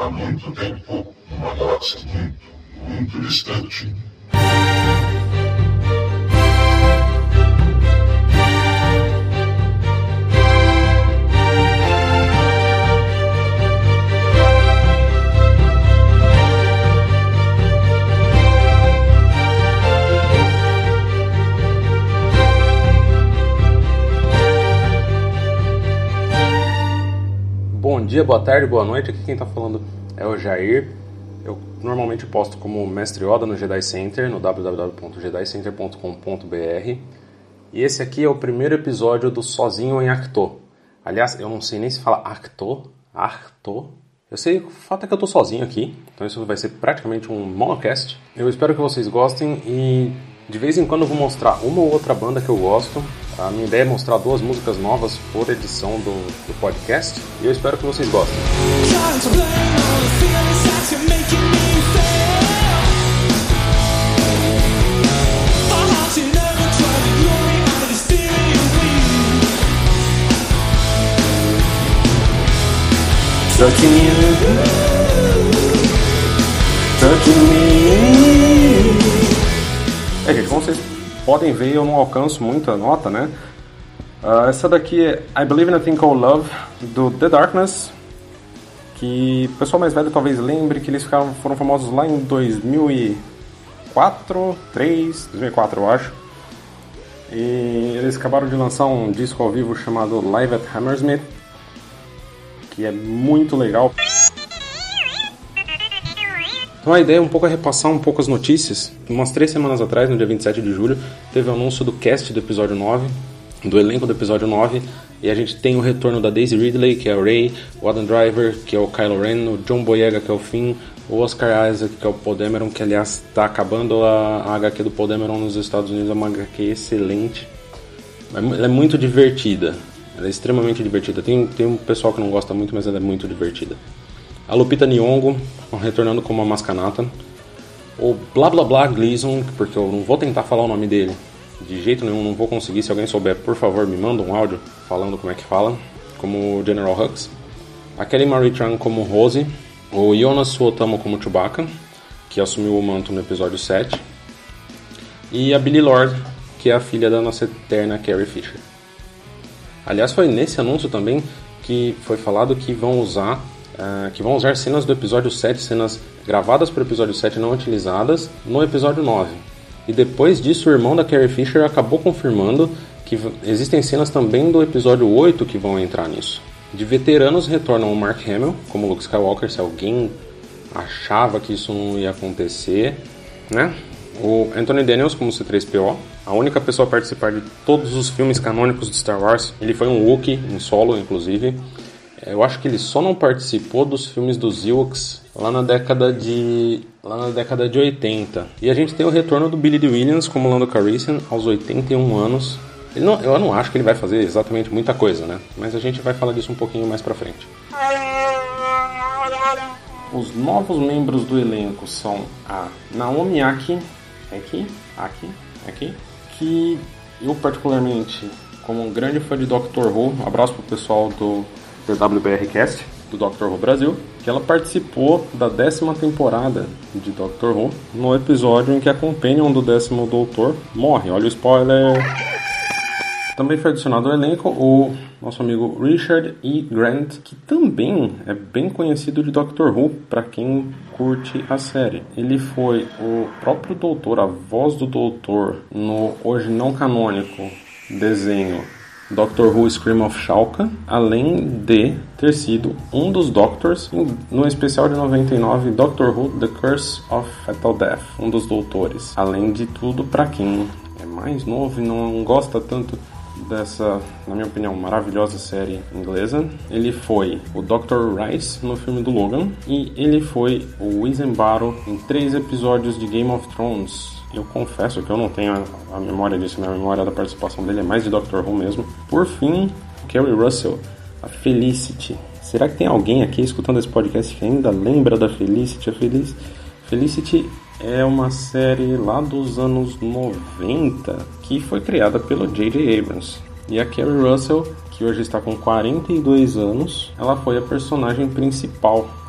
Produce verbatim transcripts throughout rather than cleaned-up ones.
há muito tempo, numa galáxia muito, muito distante. Bom dia, boa tarde, boa noite. Aqui quem está falando é o Jair. Eu normalmente posto como Mestre Yoda no Jedi Center, no w w w ponto jedi center ponto com ponto b r. E esse aqui é o primeiro episódio do Sozinho em Acto. Aliás, eu não sei nem se fala Acto, Acto. Eu sei, o fato é que eu tô sozinho aqui, então isso vai ser praticamente um monocast. Eu espero que vocês gostem e de vez em quando eu vou mostrar uma ou outra banda que eu gosto. A minha ideia é mostrar duas músicas novas por edição do, do podcast e eu espero que vocês gostem. É, gente, como vocês podem ver, eu não alcanço muita nota, né? Uh, essa daqui é I Believe in a Thing Called Love, do The Darkness, que o pessoal mais velho talvez lembre que eles ficaram, foram famosos lá em dois mil e quatro, três, dois mil e quatro eu acho. E eles acabaram de lançar um disco ao vivo chamado Live at Hammersmith, que é muito legal. Então a ideia é um pouco é repassar um pouco as notícias. Umas três semanas atrás, no dia vinte e sete de julho, teve o anúncio do cast do episódio nove, do elenco do episódio nove, e a gente tem o retorno da Daisy Ridley, que é o Rey, o Adam Driver, que é o Kylo Ren, o John Boyega, que é o Finn, o Oscar Isaac, que é o Paul Dameron, que aliás está acabando a, a H Q do Paul Dameron nos Estados Unidos, é uma H Q excelente. Ela é muito divertida, ela é extremamente divertida. Tem, tem um pessoal que não gosta muito, mas ela é muito divertida. A Lupita Nyong'o, retornando como a Maskanata. O Blá Blá Blá Gleason, porque eu não vou tentar falar o nome dele de jeito nenhum, não vou conseguir. Se alguém souber, por favor, me manda um áudio falando como é que fala, como o General Hux. A Kelly Marie Tran como Rose. O Jonas Suotamo como Chewbacca, que assumiu o manto no episódio sete. E a Billie Lourd, que é a filha da nossa eterna Carrie Fisher. Aliás, foi nesse anúncio também que foi falado que vão usar Uh, que vão usar cenas do episódio sete, cenas gravadas para o episódio sete não utilizadas no episódio nove. E depois disso o irmão da Carrie Fisher acabou confirmando que v- existem cenas também do episódio oito que vão entrar nisso. De veteranos retornam o Mark Hamill como Luke Skywalker, se alguém achava que isso não ia acontecer, né? O Anthony Daniels como C três P O, a única pessoa a participar de todos os filmes canônicos de Star Wars. Ele foi um Wookiee em solo, inclusive. Eu acho que ele só não participou dos filmes dos Ewoks lá na década de lá na década de oitenta. E a gente tem o retorno do Billy Dee Williams como Lando Calrissian aos oitenta e um anos. Ele não, eu não acho que ele vai fazer exatamente muita coisa, né? Mas a gente vai falar disso um pouquinho mais pra frente. Os novos membros do elenco são a Naomi Aki, Aki, Aki, Aki, que eu particularmente, como um grande fã de Doctor Who, abraço pro pessoal do D W B R Cast, do Doctor Who Brasil, que ela participou da décima temporada de Doctor Who, no episódio em que a companion do décimo doutor morre. Olha o spoiler! Também foi adicionado ao elenco o nosso amigo Richard E. Grant, que também é bem conhecido de Doctor Who, para quem curte a série. Ele foi o próprio doutor, a voz do doutor, no hoje não canônico desenho Doctor Who Scream of Shalka, além de ter sido um dos Doctors no especial de noventa e nove Doctor Who The Curse of Fatal Death, um dos doutores. Além de tudo, para quem é mais novo e não gosta tanto dessa, na minha opinião, maravilhosa série inglesa, ele foi o doutor Rice no filme do Logan e ele foi o Wizenbaro em três episódios de Game of Thrones. Eu confesso que eu não tenho a, a memória disso, minha memória da participação dele é mais de Doctor Who mesmo. Por fim, Kerry Russell, a Felicity. Será que tem alguém aqui escutando esse podcast que ainda lembra da Felicity? A Felic... Felicity é uma série lá dos anos noventa que foi criada pelo J J Abrams. E a Kerry Russell, que hoje está com quarenta e dois anos, ela foi a personagem principal.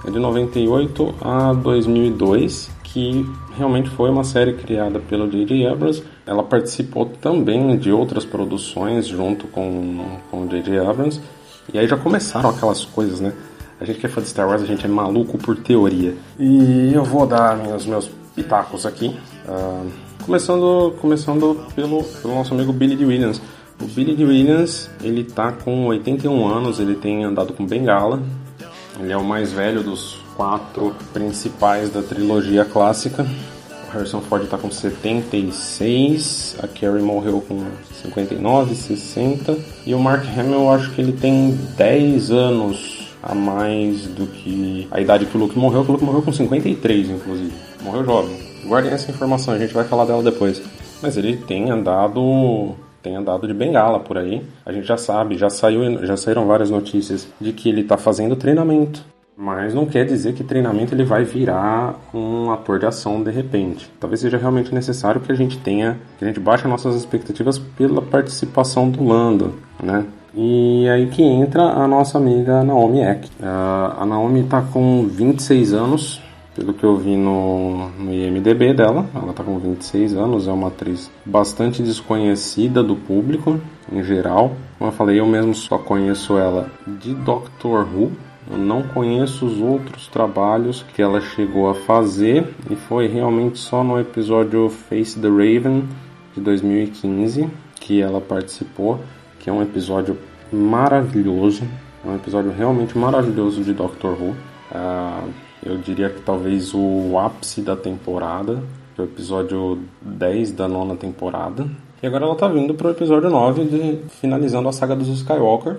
é de noventa e oito a dois mil e dois, que realmente foi uma série criada pelo J J Abrams. Ela participou também de outras produções junto com, com o J J Abrams. E aí já começaram aquelas coisas, né? A gente que é fã de Star Wars, a gente é maluco por teoria. E eu vou dar os meus pitacos aqui. Uh, começando começando pelo, pelo nosso amigo Billy Dee Williams. O Billy Dee Williams, ele tá com oitenta e um anos, ele tem andado com bengala. Ele é o mais velho dos quatro principais da trilogia clássica. O Harrison Ford está com setenta e seis, a Carrie morreu com cinquenta e nove, sessenta. E o Mark Hamill, eu acho que ele tem dez anos a mais do que a idade que o Luke morreu. O Luke morreu com cinquenta e três, inclusive. Morreu jovem. Guardem essa informação, a gente vai falar dela depois. Mas ele tem andado... tem andado de bengala por aí. A gente já sabe, já, saiu, já saíram várias notícias de que ele está fazendo treinamento. Mas não quer dizer que treinamento ele vai virar um ator de ação de repente. Talvez seja realmente necessário que a gente tenha, que a gente baixe nossas expectativas pela participação do Lando, né? E aí que entra a nossa amiga Naomi Eck. Uh, a Naomi está com vinte e seis anos. Pelo que eu vi no, no I M D B dela, ela está com vinte e seis anos, é uma atriz bastante desconhecida do público, em geral. Como eu falei, eu mesmo só conheço ela de Doctor Who. Eu não conheço os outros trabalhos que ela chegou a fazer, e foi realmente só no episódio Face the Raven, de dois mil e quinze, que ela participou, que é um episódio maravilhoso, é um episódio realmente maravilhoso de Doctor Who. Uh, Eu diria que talvez o ápice da temporada, que é o episódio dez da nona temporada. E agora ela tá vindo pro episódio nove, de, finalizando a saga dos Skywalker.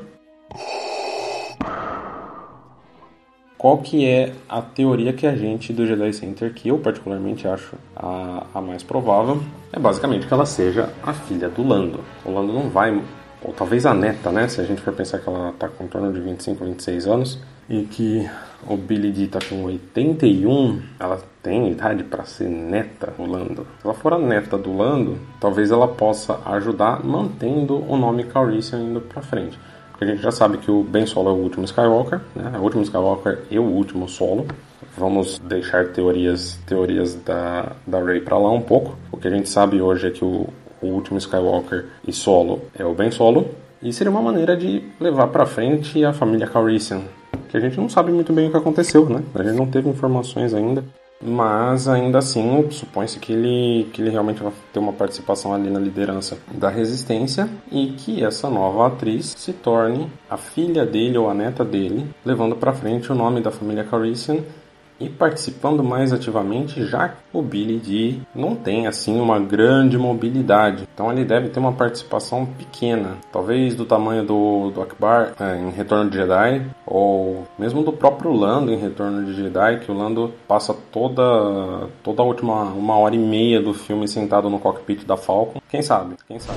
Qual que é a teoria que a gente do Jedi Center, que eu particularmente acho a, a mais provável, é basicamente que ela seja a filha do Lando. O Lando não vai... ou talvez a neta, né? Se a gente for pensar que ela tá com em torno de vinte e cinco, vinte e seis anos, e que o Billy Dee tá com oitenta e um, ela tem idade para ser neta do Lando. Se ela for a neta do Lando, talvez ela possa ajudar mantendo o nome Calrissian indo para frente. Porque a gente já sabe que o Ben Solo é o último Skywalker, né? É o último Skywalker e o último Solo. Vamos deixar teorias, teorias da, da Rey para lá um pouco. O que a gente sabe hoje é que o O último Skywalker e Solo é o Ben Solo, e seria uma maneira de levar pra frente a família Calrissian, que a gente não sabe muito bem o que aconteceu, né? A gente não teve informações ainda, mas ainda assim supõe-se que ele, que ele realmente vai ter uma participação ali na liderança da resistência, e que essa nova atriz se torne a filha dele ou a neta dele, levando pra frente o nome da família Calrissian e participando mais ativamente, já que o Billy Dee não tem assim uma grande mobilidade. Então ele deve ter uma participação pequena, talvez do tamanho do, do Akbar é, em Retorno de Jedi, ou mesmo do próprio Lando em Retorno de Jedi, que o Lando passa toda, toda a última uma hora e meia do filme sentado no cockpit da Falcon. Quem sabe? Quem sabe?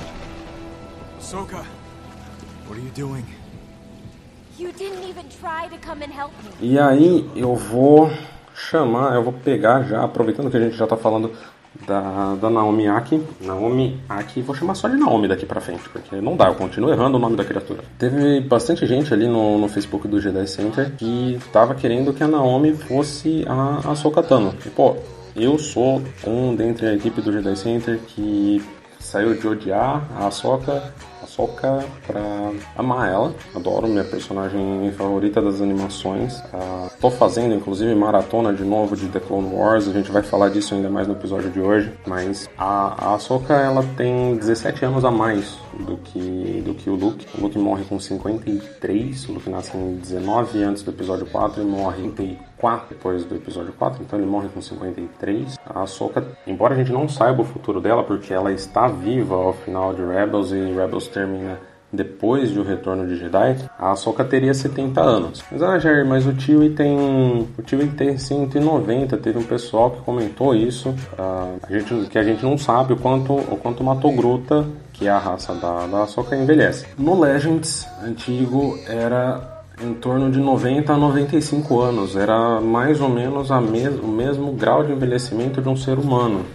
Ahsoka, what are you doing? You didn't even try to come and help me. E aí eu vou chamar, eu vou pegar já, aproveitando que a gente já tá falando da, da Naomi Aki. Naomi Aki, vou chamar só de Naomi daqui pra frente, porque não dá, eu continuo errando o nome da criatura. Teve bastante gente ali no, no Facebook do Jedi Center que tava querendo que a Naomi fosse a Ahsoka Tano. E pô, eu sou um dentre a equipe do Jedi Center que saiu de odiar a Ahsoka, Ahsoka pra amar ela. Adoro, minha personagem favorita das animações. Uh, tô fazendo, inclusive, maratona de novo de The Clone Wars. A gente vai falar disso ainda mais no episódio de hoje. Mas a, a Ahsoka, ela tem dezessete anos a mais do que, do que o Luke. O Luke morre com cinquenta e três. O Luke nasce em dezenove antes do episódio quatro e morre em trinta e quatro depois do episódio quatro. Então ele morre com cinquenta e três. A Ahsoka, embora a gente não saiba o futuro dela, porque ela está viva ao final de Rebels, e Rebels termina depois do Retorno de Jedi, a Ahsoka teria setenta anos. Mas, ah, Jair, mas o Chewie tem... O Chewie tem cento e noventa. Teve um pessoal que comentou isso. Uh, a gente, que a gente não sabe o quanto, o quanto uma Togruta, que é a raça da, da Ahsoka, envelhece. No Legends antigo era em torno de noventa a noventa e cinco anos. Era mais ou menos a mes- o mesmo grau de envelhecimento de um ser humano.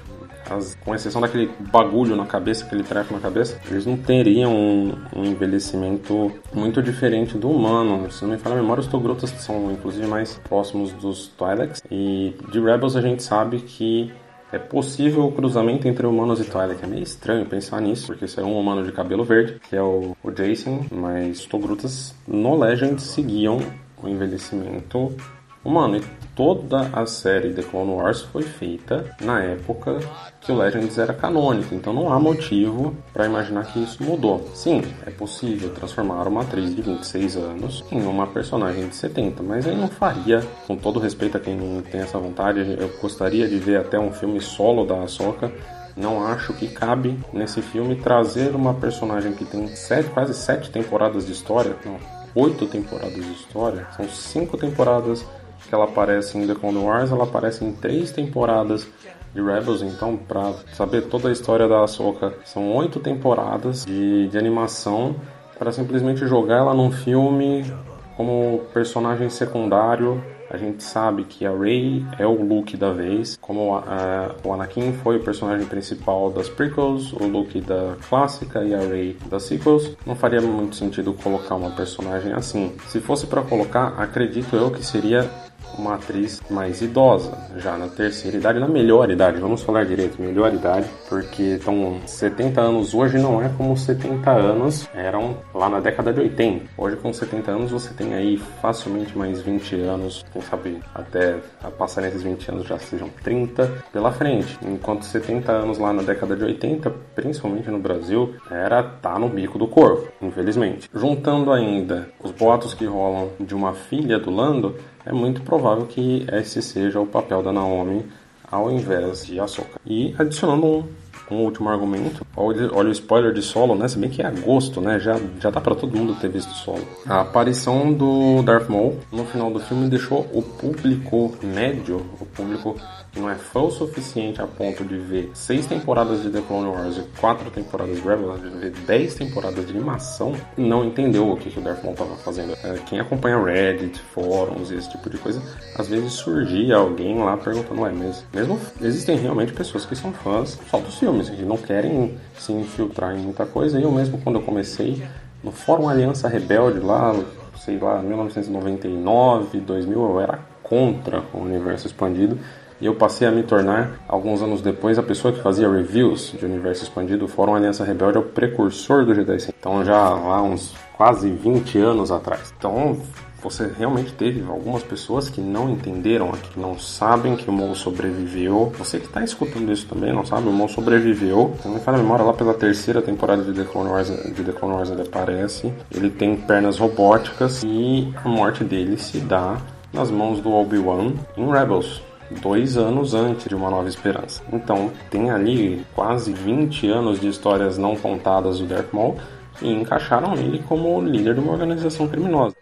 as, com exceção daquele bagulho na cabeça, aquele treco na cabeça, eles não teriam um, um envelhecimento muito diferente do humano. Se não me falha a memória, os Togrutas são inclusive mais próximos dos Twi'leks. E de Rebels a gente sabe que é possível o cruzamento entre humanos e Twi'lek. É meio estranho pensar nisso, porque isso é um humano de cabelo verde, que é o, o Jacen, mas os Togrutas no Legends seguiam o envelhecimento humano. E toda a série The Clone Wars foi feita na época que o Legends era canônico, então não há motivo para imaginar que isso mudou. Sim, é possível transformar uma atriz de vinte e seis anos em uma personagem de setenta, mas aí não faria, com todo respeito a quem não tem essa vontade. Eu gostaria de ver até um filme solo da Ahsoka. Não acho que cabe nesse filme trazer uma personagem que tem sete, quase sete temporadas de história, não, oito temporadas de história, são cinco temporadas que ela aparece em The Clone Wars, ela aparece em três temporadas de Rebels. Então, para saber toda a história da Ahsoka, são oito temporadas de, de animação para simplesmente jogar ela num filme como personagem secundário. A gente sabe que a Rey é o Luke da vez, como a, a, o Anakin foi o personagem principal das prequels, o Luke da clássica e a Rey das sequels. Não faria muito sentido colocar uma personagem assim. Se fosse para colocar, acredito eu que seria uma atriz mais idosa, já na terceira idade, na melhor idade, vamos falar direito, melhor idade, porque então, setenta anos hoje não é como setenta anos eram lá na década de oitenta. Hoje com setenta anos você tem aí facilmente mais vinte anos, quem sabe até passar esses vinte anos já sejam trinta pela frente, enquanto setenta anos lá na década de oitenta, principalmente no Brasil, era tá no bico do corvo, infelizmente. Juntando ainda os boatos que rolam de uma filha do Lando, é muito provável que esse seja o papel da Naomi ao invés de Ahsoka. E adicionando um, um último argumento, olha, olha o spoiler de Solo, né? Se bem que é agosto, né? Já, já dá pra todo mundo ter visto Solo. A aparição do Darth Maul no final do filme deixou o público médio, o público que não é fã o suficiente a ponto de ver seis temporadas de The Clone Wars e quatro temporadas de Rebels, de ver dez temporadas de animação, não entendeu o que, que o Darth Maul estava fazendo. Quem acompanha Reddit, fóruns e esse tipo de coisa, às vezes surgia alguém lá perguntando, ué, mas mesmo existem realmente pessoas que são fãs só dos filmes, que não querem se infiltrar em muita coisa. E eu mesmo, quando eu comecei no Fórum Aliança Rebelde lá, sei lá, mil novecentos e noventa e nove, dois mil, eu era contra o universo expandido. E eu passei a me tornar, alguns anos depois, a pessoa que fazia reviews de Universo Expandido. O Fórum Aliança Rebelde é o precursor do Jedi Center. Então já há uns quase vinte anos atrás. Então você realmente teve algumas pessoas que não entenderam, que não sabem que o Maul sobreviveu. Você que está escutando isso também não sabe, o Maul sobreviveu. Se não me falha a memória, lá pela terceira temporada de The Clone Wars, de The Clone Wars ele aparece. Ele tem pernas robóticas e a morte dele se dá nas mãos do Obi-Wan em Rebels, dois anos antes de Uma Nova Esperança. Então tem ali quase vinte anos de histórias não contadas do Darth Maul e encaixaram ele como líder de uma organização criminosa.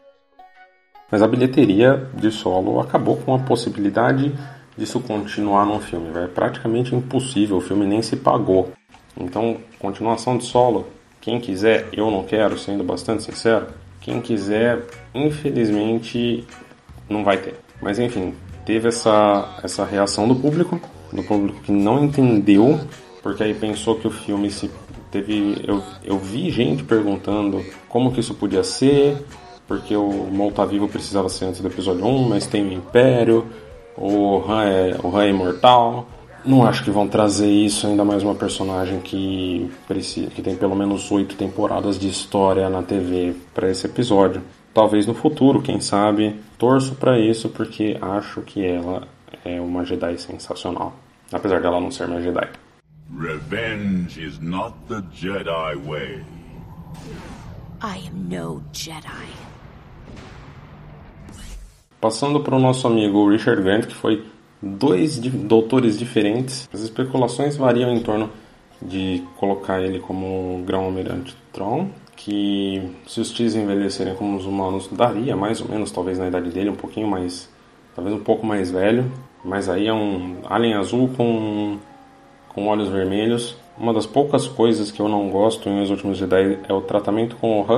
Mas a bilheteria de Solo acabou com a possibilidade disso continuar num filme. É praticamente impossível, o filme nem se pagou. Então, continuação de Solo, quem quiser, eu não quero, sendo bastante sincero. Quem quiser, infelizmente, não vai ter. Mas enfim, teve essa, essa reação do público, do público que não entendeu, porque aí pensou que o filme se teve... Eu, eu vi gente perguntando como que isso podia ser, porque o Maul tá vivo precisava ser antes do episódio um, mas tem o Império, o Han é, o Han é imortal. Não acho que vão trazer isso, ainda mais uma personagem que, precisa, que tem pelo menos oito temporadas de história na T V para esse episódio. Talvez no futuro, quem sabe. Torço para isso porque acho que ela é uma Jedi sensacional, apesar dela não ser uma Jedi. Revenge is not the Jedi way. I am no Jedi. Passando para o nosso amigo Richard Grant, que foi dois doutores diferentes. As especulações variam em torno de colocar ele como grão-almirante Thrawn, que se os Tis envelhecerem como os humanos, daria mais ou menos, talvez na idade dele, um pouquinho mais, talvez um pouco mais velho, mas aí é um alien azul com, com olhos vermelhos. Uma das poucas coisas que eu não gosto em Os Últimos Jedi é o tratamento com o Hux,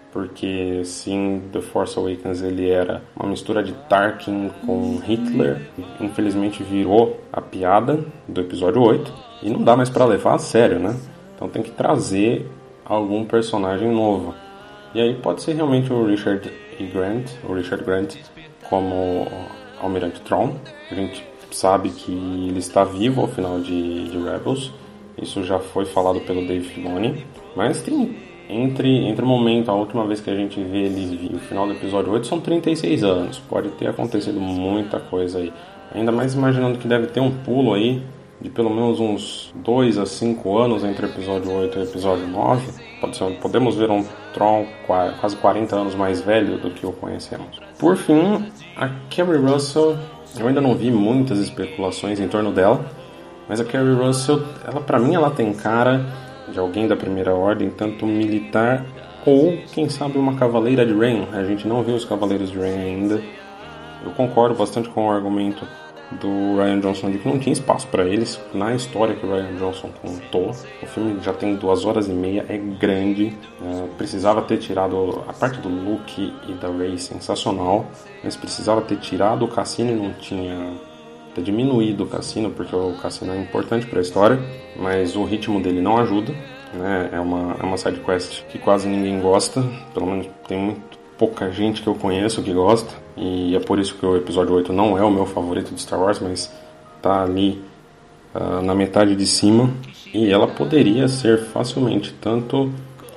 porque sim, The Force Awakens ele era uma mistura de Tarkin com Hitler, infelizmente virou a piada do episódio oito, e não dá mais pra levar a sério, né? Então tem que trazer algum personagem novo. E aí pode ser realmente o Richard E. Grant, o Richard Grant como Almirante Thrawn. A gente sabe que ele está vivo ao final de, de Rebels, isso já foi falado pelo Dave Filoni, mas tem entre, entre o momento, a última vez que a gente vê ele e o final do episódio oito são trinta e seis anos, pode ter acontecido muita coisa aí, ainda mais imaginando que deve ter um pulo aí de pelo menos uns dois a cinco anos entre o episódio oito e o episódio nove. Pode ser, podemos ver um Thrawn quase quarenta anos mais velho do que o conhecemos. Por fim, a Keri Russell, eu ainda não vi muitas especulações em torno dela, mas a Keri Russell, ela, pra mim, ela tem cara de alguém da Primeira Ordem, tanto militar ou, quem sabe, uma Cavaleira de Rain. A gente não viu os Cavaleiros de Rain ainda. Eu concordo bastante com o argumento do Rian Johnson de que não tinha espaço para eles na história que o Rian Johnson contou. O filme já tem duas horas e meia, é grande, é, precisava ter tirado a parte do Luke e da Rey, sensacional, mas precisava ter tirado o Cassino e não tinha, ter diminuído o Cassino, porque o Cassino é importante para a história, mas o ritmo dele não ajuda, né? É uma, é uma side quest que quase ninguém gosta, pelo menos tem muito pouca gente que eu conheço que gosta, e é por isso que o episódio oito não é o meu favorito de Star Wars, mas tá ali uh, na metade de cima, e ela poderia ser facilmente tanto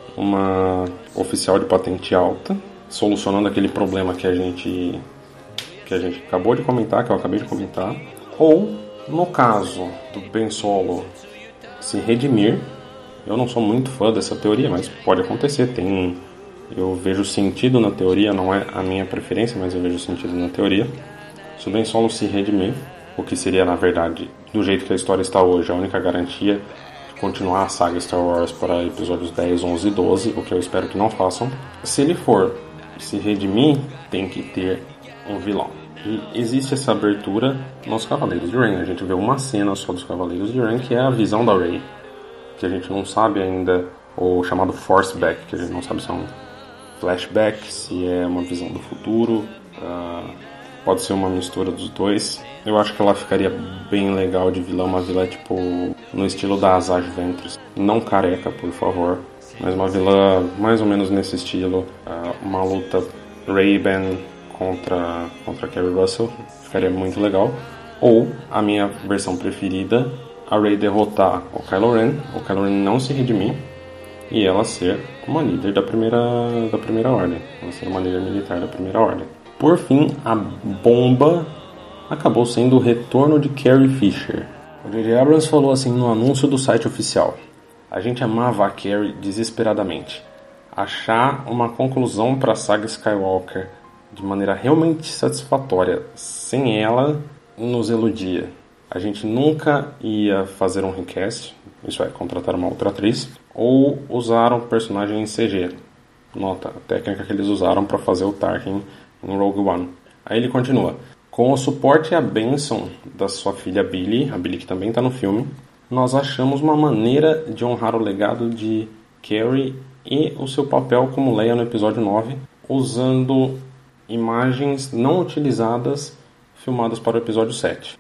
uma oficial de patente alta, solucionando aquele problema que a gente que a gente acabou de comentar, que eu acabei de comentar, ou no caso do Ben Solo se redimir. Eu não sou muito fã dessa teoria, mas pode acontecer, tem eu vejo sentido na teoria, não é a minha preferência, mas eu vejo sentido na teoria. Se o Ben Solo se redimir, o que seria, na verdade, do jeito que a história está hoje, a única garantia de continuar a saga Star Wars para episódios dez, onze e doze, o que eu espero que não façam. Se ele for se redimir, tem que ter um vilão. E existe essa abertura nos Cavaleiros de Rain. A gente vê uma cena só dos Cavaleiros de Rain, que é a visão da Rey, que a gente não sabe ainda, ou chamado Forceback, que a gente não sabe se é um flashback, se é uma visão do futuro, uh, pode ser uma mistura dos dois. Eu acho que ela ficaria bem legal de vilã, uma vilã tipo no estilo da Asajj Ventress, não careca, por favor, mas uma vilã mais ou menos nesse estilo, uh, uma luta Ray-Ban contra, contra Keri Russell, ficaria muito legal. Ou a minha versão preferida, a Rey derrotar o Kylo Ren, o Kylo Ren não se redimir, e ela ser uma líder da primeira, da primeira ordem. Ela ser uma líder militar da primeira ordem. Por fim, a bomba acabou sendo o retorno de Carrie Fisher. O J J Abrams falou assim no anúncio do site oficial: a gente amava a Carrie desesperadamente. Achar uma conclusão para a saga Skywalker de maneira realmente satisfatória sem ela nos iludia. A gente nunca ia fazer um recast, isso é, contratar uma outra atriz, ou usar um personagem em C G. Nota, a técnica que eles usaram para fazer o Tarkin em Rogue One. Aí ele continua: com o suporte e a bênção da sua filha Billy, a Billy que também está no filme, nós achamos uma maneira de honrar o legado de Carrie e o seu papel como Leia no episódio nove, usando imagens não utilizadas filmadas para o episódio sete.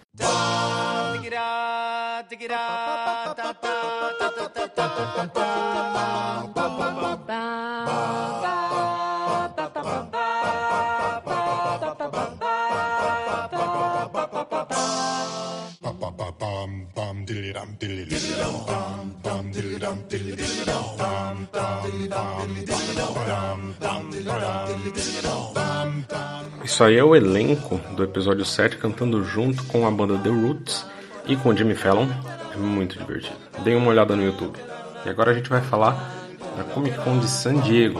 Isso aí é o elenco do episódio sete cantando junto com a banda The Roots e com o Jimmy Fallon. É muito divertido. Deem uma olhada no YouTube. E agora a gente vai falar da Comic Con de San Diego.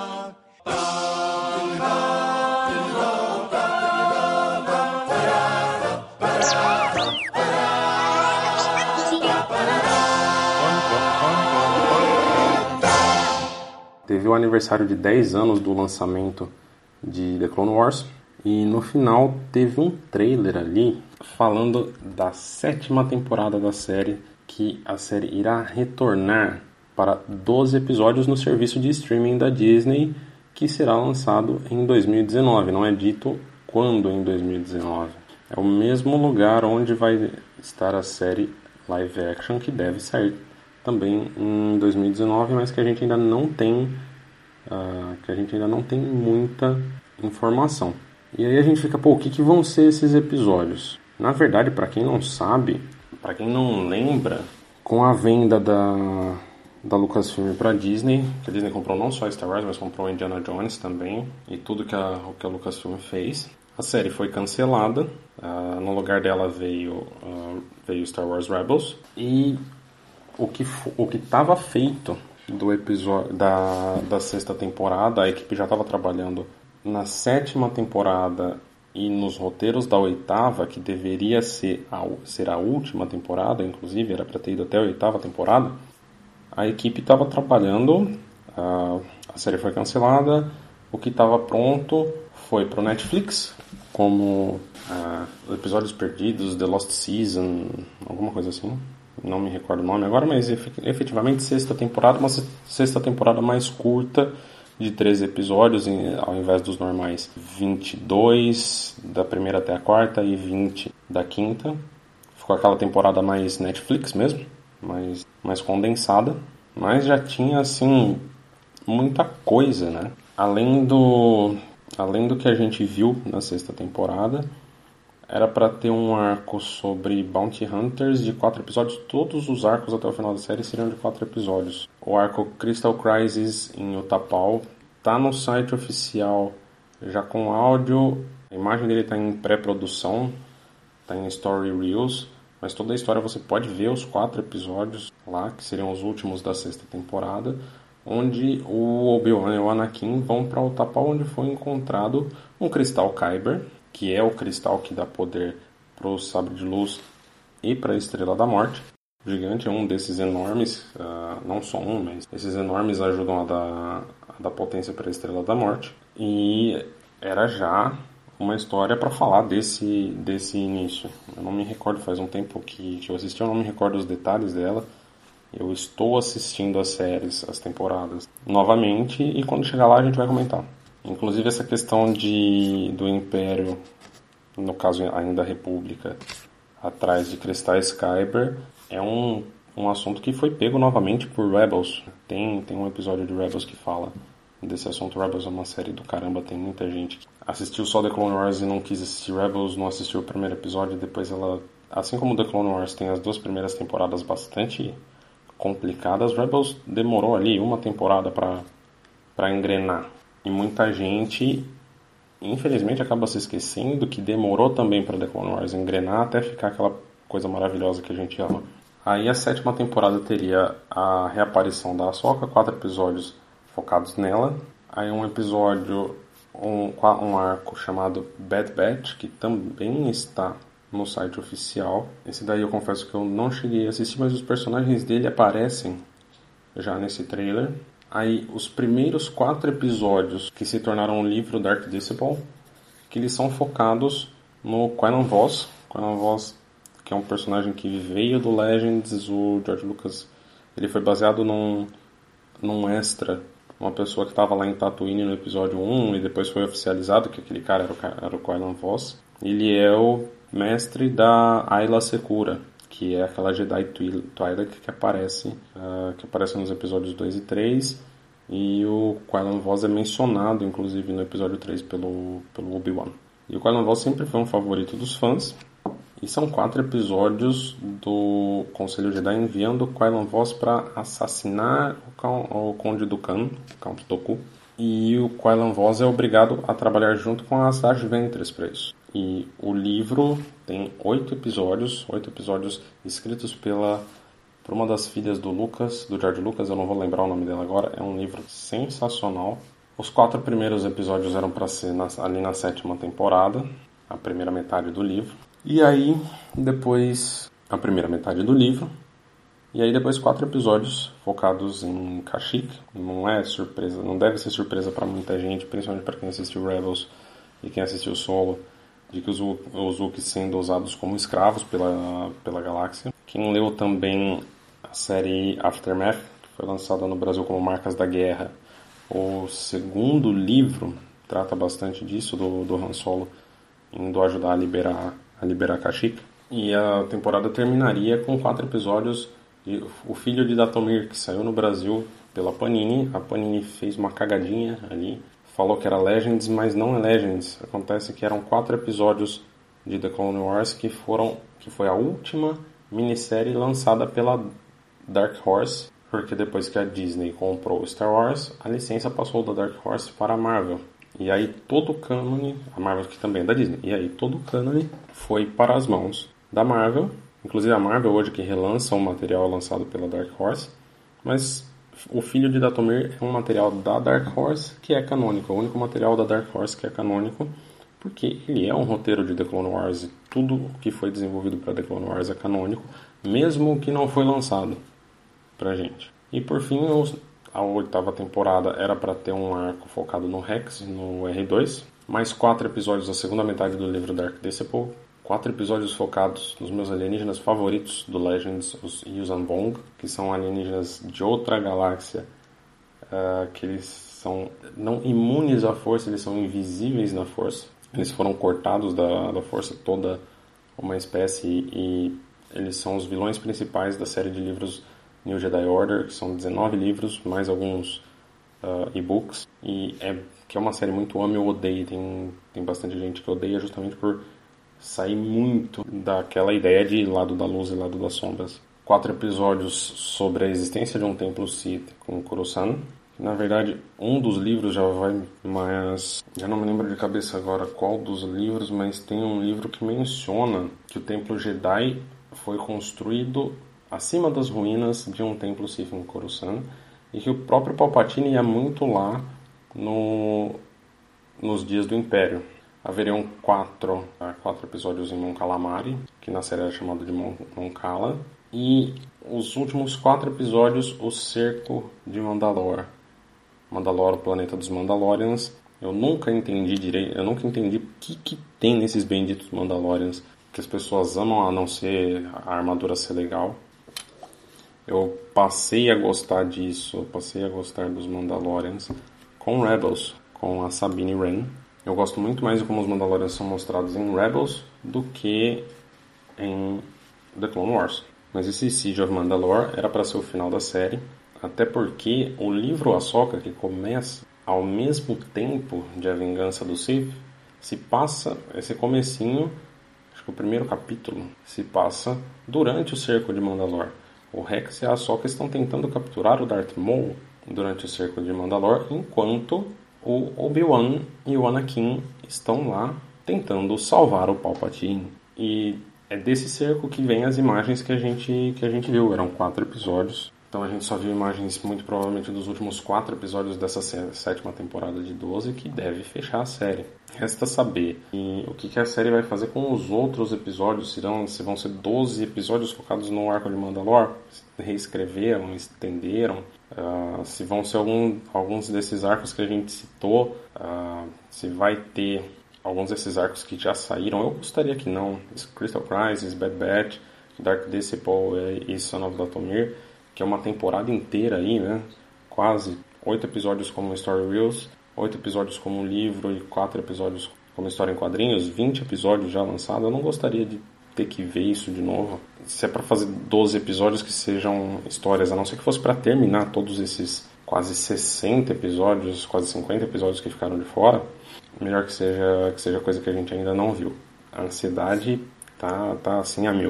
Teve o aniversário de dez anos do lançamento de The Clone Wars, e no final teve um trailer ali falando da sétima temporada da série, que a série irá retornar para doze episódios no serviço de streaming da Disney, que será lançado em dois mil e dezenove. Não é dito quando em dois mil e dezenove. É o mesmo lugar onde vai estar a série live action, que deve sair também em dois mil e dezenove, mas que a gente ainda não tem, uh, que a gente ainda não tem muita informação. E aí a gente fica, pô, o que, que vão ser esses episódios? Na verdade, para quem não sabe, para quem não lembra, com a venda da, da Lucasfilm para Disney, que a Disney comprou não só Star Wars, mas comprou Indiana Jones também, e tudo que a, o que a Lucasfilm fez, a série foi cancelada. Uh, no lugar dela veio, uh, veio Star Wars Rebels, e o que o que estava feito do episódio da, da sexta temporada, a equipe já estava trabalhando na sétima temporada e nos roteiros da oitava, que deveria ser a, ser a última temporada, inclusive era para ter ido até a oitava temporada. A equipe estava trabalhando, uh, a série foi cancelada, o que estava pronto foi para o Netflix, como uh, Episódios Perdidos, The Lost Season, alguma coisa assim. Não me recordo o nome agora, mas efetivamente sexta temporada, uma sexta temporada mais curta, de treze episódios, ao invés dos normais vinte e dois da primeira até a quarta e vinte da quinta. Ficou aquela temporada mais Netflix mesmo, mais, mais condensada, mas já tinha assim muita coisa, né? Além do, além do que a gente viu na sexta temporada, era para ter um arco sobre Bounty Hunters de quatro episódios. Todos os arcos até o final da série seriam de quatro episódios. O arco Crystal Crisis em Utapau tá no site oficial já com áudio. A imagem dele tá em pré-produção, tá em Story Reels, mas toda a história você pode ver os quatro episódios lá, que seriam os últimos da sexta temporada, onde o Obi-Wan e o Anakin vão para Utapau, onde foi encontrado um cristal Kyber, que é o cristal que dá poder para o Sabre de Luz e para a Estrela da Morte. O gigante é um desses enormes, uh, não só um, mas esses enormes ajudam a dar, a dar potência para a Estrela da Morte. E era já uma história para falar desse, desse início. Eu não me recordo, faz um tempo que, que eu assisti, eu não me recordo os detalhes dela. Eu estou assistindo as séries, as temporadas, novamente, e quando chegar lá a gente vai comentar. Inclusive essa questão de, do Império, no caso ainda a República, atrás de cristais Kyber, é um, um assunto que foi pego novamente por Rebels. Tem, tem um episódio de Rebels que fala desse assunto. Rebels é uma série do caramba, tem muita gente que assistiu só The Clone Wars e não quis assistir Rebels, não assistiu o primeiro episódio, e depois ela, assim como The Clone Wars tem as duas primeiras temporadas bastante complicadas, Rebels demorou ali uma temporada para para engrenar. E muita gente, infelizmente, acaba se esquecendo que demorou também para The Clone Wars engrenar até ficar aquela coisa maravilhosa que a gente ama. Aí a sétima temporada teria a reaparição da Ahsoka, quatro episódios focados nela. Aí um episódio, um, um arco chamado Bad Batch, que também está no site oficial. Esse daí eu confesso que eu não cheguei a assistir, mas os personagens dele aparecem já nesse trailer. Aí os primeiros quatro episódios que se tornaram o livro Dark Disciple, que eles são focados no Quinlan Vos. Quinlan Vos, que é um personagem que veio do Legends. O George Lucas, ele foi baseado num, num extra, uma pessoa que estava lá em Tatooine no episódio um, e depois foi oficializado que aquele cara era o, era o Quinlan Vos. Ele é o mestre da Ayla Secura, que é aquela Jedi Twi'lek que aparece, uh, que aparece nos episódios dois e três, e o Quinlan Vos é mencionado, inclusive, no episódio três pelo, pelo Obi-Wan. E o Quinlan Vos sempre foi um favorito dos fãs, e são quatro episódios do Conselho Jedi enviando o Quinlan Vos para assassinar o, o Conde Dooku, Count Dooku, e o Quinlan Vos é obrigado a trabalhar junto com as Asajj Ventress para isso. E o livro tem oito episódios, oito episódios escritos pela, por uma das filhas do Lucas, do George Lucas, eu não vou lembrar o nome dela agora. É um livro sensacional. Os quatro primeiros episódios eram para ser na, ali na sétima temporada, a primeira metade do livro. E aí, depois, a primeira metade do livro. E aí depois quatro episódios focados em Kashyyyk. Não é surpresa, não deve ser surpresa para muita gente, principalmente para quem assistiu Rebels e quem assistiu Solo, de que os, os Wookiees sendo usados como escravos pela, pela galáxia. Quem leu também a série Aftermath, que foi lançada no Brasil como Marcas da Guerra, O segundo livro trata bastante disso, do, do Han Solo indo ajudar a liberar, a liberar Kashyyyk. E a temporada terminaria com quatro episódios de O Filho de Dathomir, que saiu no Brasil pela Panini. A Panini fez uma cagadinha ali, falou que era Legends, mas não é Legends. Acontece que eram quatro episódios de The Clone Wars que foram, que foi a última minissérie lançada pela Dark Horse, porque depois que a Disney comprou Star Wars, a licença passou da Dark Horse para a Marvel. E aí todo o cânone, a Marvel que também é da Disney, e aí todo o cânone foi para as mãos da Marvel. Inclusive a Marvel hoje que relança um material lançado pela Dark Horse, mas O Filho de Dathomir é um material da Dark Horse que é canônico, o único material da Dark Horse que é canônico, porque ele é um roteiro de The Clone Wars e tudo que foi desenvolvido para The Clone Wars é canônico, mesmo que não foi lançado pra gente. E por fim, a oitava temporada era para ter um arco focado no Rex, no R dois, mais quatro episódios da segunda metade do livro Dark Disciple, quatro episódios focados nos meus alienígenas favoritos do Legends, os Yuuzhan Vong, que são alienígenas de outra galáxia, uh, que eles são não imunes à força, eles são invisíveis na força. Eles foram cortados da, da força, toda uma espécie, e eles são os vilões principais da série de livros New Jedi Order, que são dezenove livros, mais alguns uh, e-books, e é, que é uma série muito amo e eu odeio. Tem, tem bastante gente que odeia justamente por sair muito daquela ideia de lado da luz e lado das sombras. Quatro episódios sobre a existência de um templo Sith com Coruscant. Na verdade, um dos livros já vai, mas já não me lembro de cabeça agora qual dos livros, mas tem um livro que menciona que o templo Jedi foi construído acima das ruínas de um templo Sith em Coruscant, e que o próprio Palpatine ia muito lá no, nos dias do Império. Haveriam quatro, quatro episódios em Mon Calamari, que na série era chamado de Mon, Mon Cala, e os últimos quatro episódios, o Cerco de Mandalore. Mandalore, o planeta dos Mandalorians. Eu nunca entendi direito, eu nunca entendi o que, que tem nesses benditos Mandalorians, que as pessoas amam, a não ser a armadura ser legal. Eu passei a gostar disso, eu passei a gostar dos Mandalorians com Rebels, com a Sabine Wren. Eu gosto muito mais de como os Mandalorians são mostrados em Rebels do que em The Clone Wars. Mas esse Siege of Mandalore era para ser o final da série, até porque o livro Ahsoka, que começa ao mesmo tempo de A Vingança do Sith, se passa, esse comecinho, acho que o primeiro capítulo, se passa durante o cerco de Mandalore. O Rex e a Ahsoka estão tentando capturar o Darth Maul durante o cerco de Mandalore, enquanto o Obi-Wan e o Anakin estão lá tentando salvar o Palpatine. E é desse cerco que vem as imagens que a gente, que a gente viu. Eram quatro episódios. Então a gente só viu imagens muito provavelmente dos últimos quatro episódios dessa sétima temporada de doze, que deve fechar a série. Resta saber e o que, que a série vai fazer com os outros episódios. Se vão, se vão ser doze episódios focados no arco de Mandalore, reescreveram, estenderam. Uh, se vão ser algum, alguns desses arcos que a gente citou, uh, se vai ter alguns desses arcos que já saíram. Eu gostaria que não. Crystal Crisis, Bad Batch, Dark Disciple e Son of Dathomir, que é uma temporada inteira aí, né? Quase oito episódios como Story Reels, oito episódios como livro e quatro episódios como história em quadrinhos, vinte episódios já lançados. Eu não gostaria de ter que ver isso de novo. Se é para fazer doze episódios que sejam histórias, a não ser que fosse para terminar todos esses quase sessenta episódios, quase cinquenta episódios que ficaram de fora, melhor que seja, que seja coisa que a gente ainda não viu. A ansiedade tá, tá assim a mil.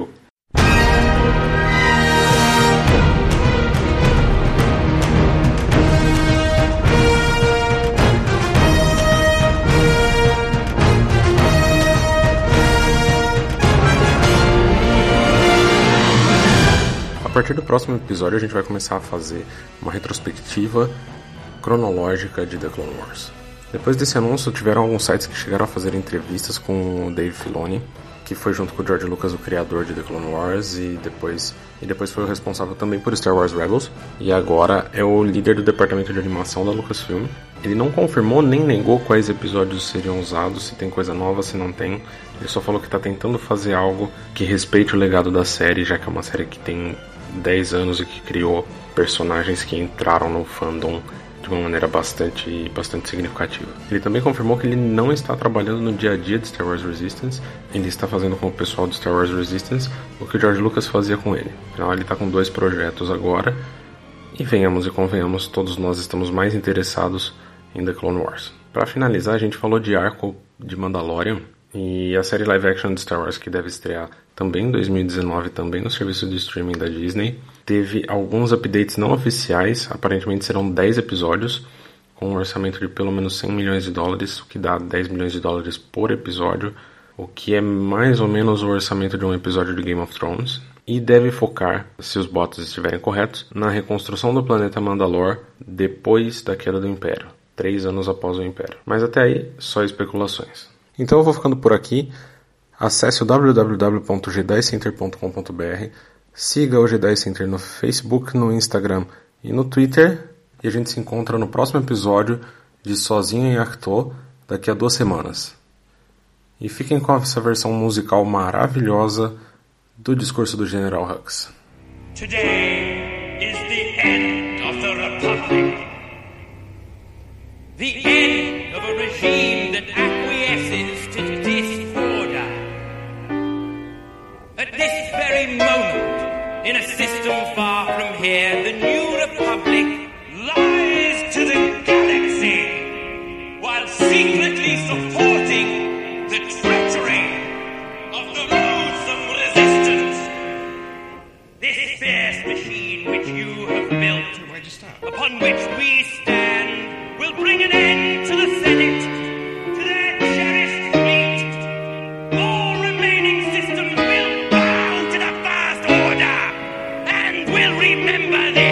A partir do próximo episódio a gente vai começar a fazer uma retrospectiva cronológica de The Clone Wars. Depois desse anúncio tiveram alguns sites que chegaram a fazer entrevistas com o Dave Filoni, que foi junto com o George Lucas o criador de The Clone Wars e depois, e depois foi o responsável também por Star Wars Rebels, e agora é o líder do departamento de animação da Lucasfilm. Ele não confirmou nem negou quais episódios seriam usados, se tem coisa nova, se não tem. Ele só falou que está tentando fazer algo que respeite o legado da série, já que é uma série que tem dez anos e que criou personagens que entraram no fandom de uma maneira bastante, bastante significativa. Ele também confirmou que ele não está trabalhando no dia a dia de Star Wars Resistance, ele está fazendo com o pessoal do Star Wars Resistance o que o George Lucas fazia com ele. Afinal, ele está com dois projetos agora, e venhamos e convenhamos, todos nós estamos mais interessados em The Clone Wars. Para finalizar, a gente falou de arco de Mandalorian, e a série live action de Star Wars, que deve estrear também em dois mil e dezenove, também no serviço de streaming da Disney, teve alguns updates não oficiais. Aparentemente serão dez episódios, com um orçamento de pelo menos cem milhões de dólares, o que dá dez milhões de dólares por episódio, o que é mais ou menos o orçamento de um episódio de Game of Thrones, e deve focar, se os bots estiverem corretos, na reconstrução do planeta Mandalore depois da queda do Império, três anos após o Império. Mas até aí, só especulações. Então eu vou ficando por aqui. Acesse o w w w ponto jedi center ponto com ponto b r, siga o Jedi Center no Facebook, no Instagram e no Twitter, e a gente se encontra no próximo episódio de Sozinho em Ahch-To daqui a duas semanas. E fiquem com essa versão musical maravilhosa do discurso do General Hux. Today is the end of the Republic. The end of a regime that acquiesces to disorder. At this very moment, in a system far from here, the new Republic lies to the galaxy, while secretly supporting the treachery of the loathsome resistance. This fierce machine which you have built, upon which we stand, will bring an end to the Senate, to their cherished fleet. All remaining systems will bow to the First Order, and will remember this.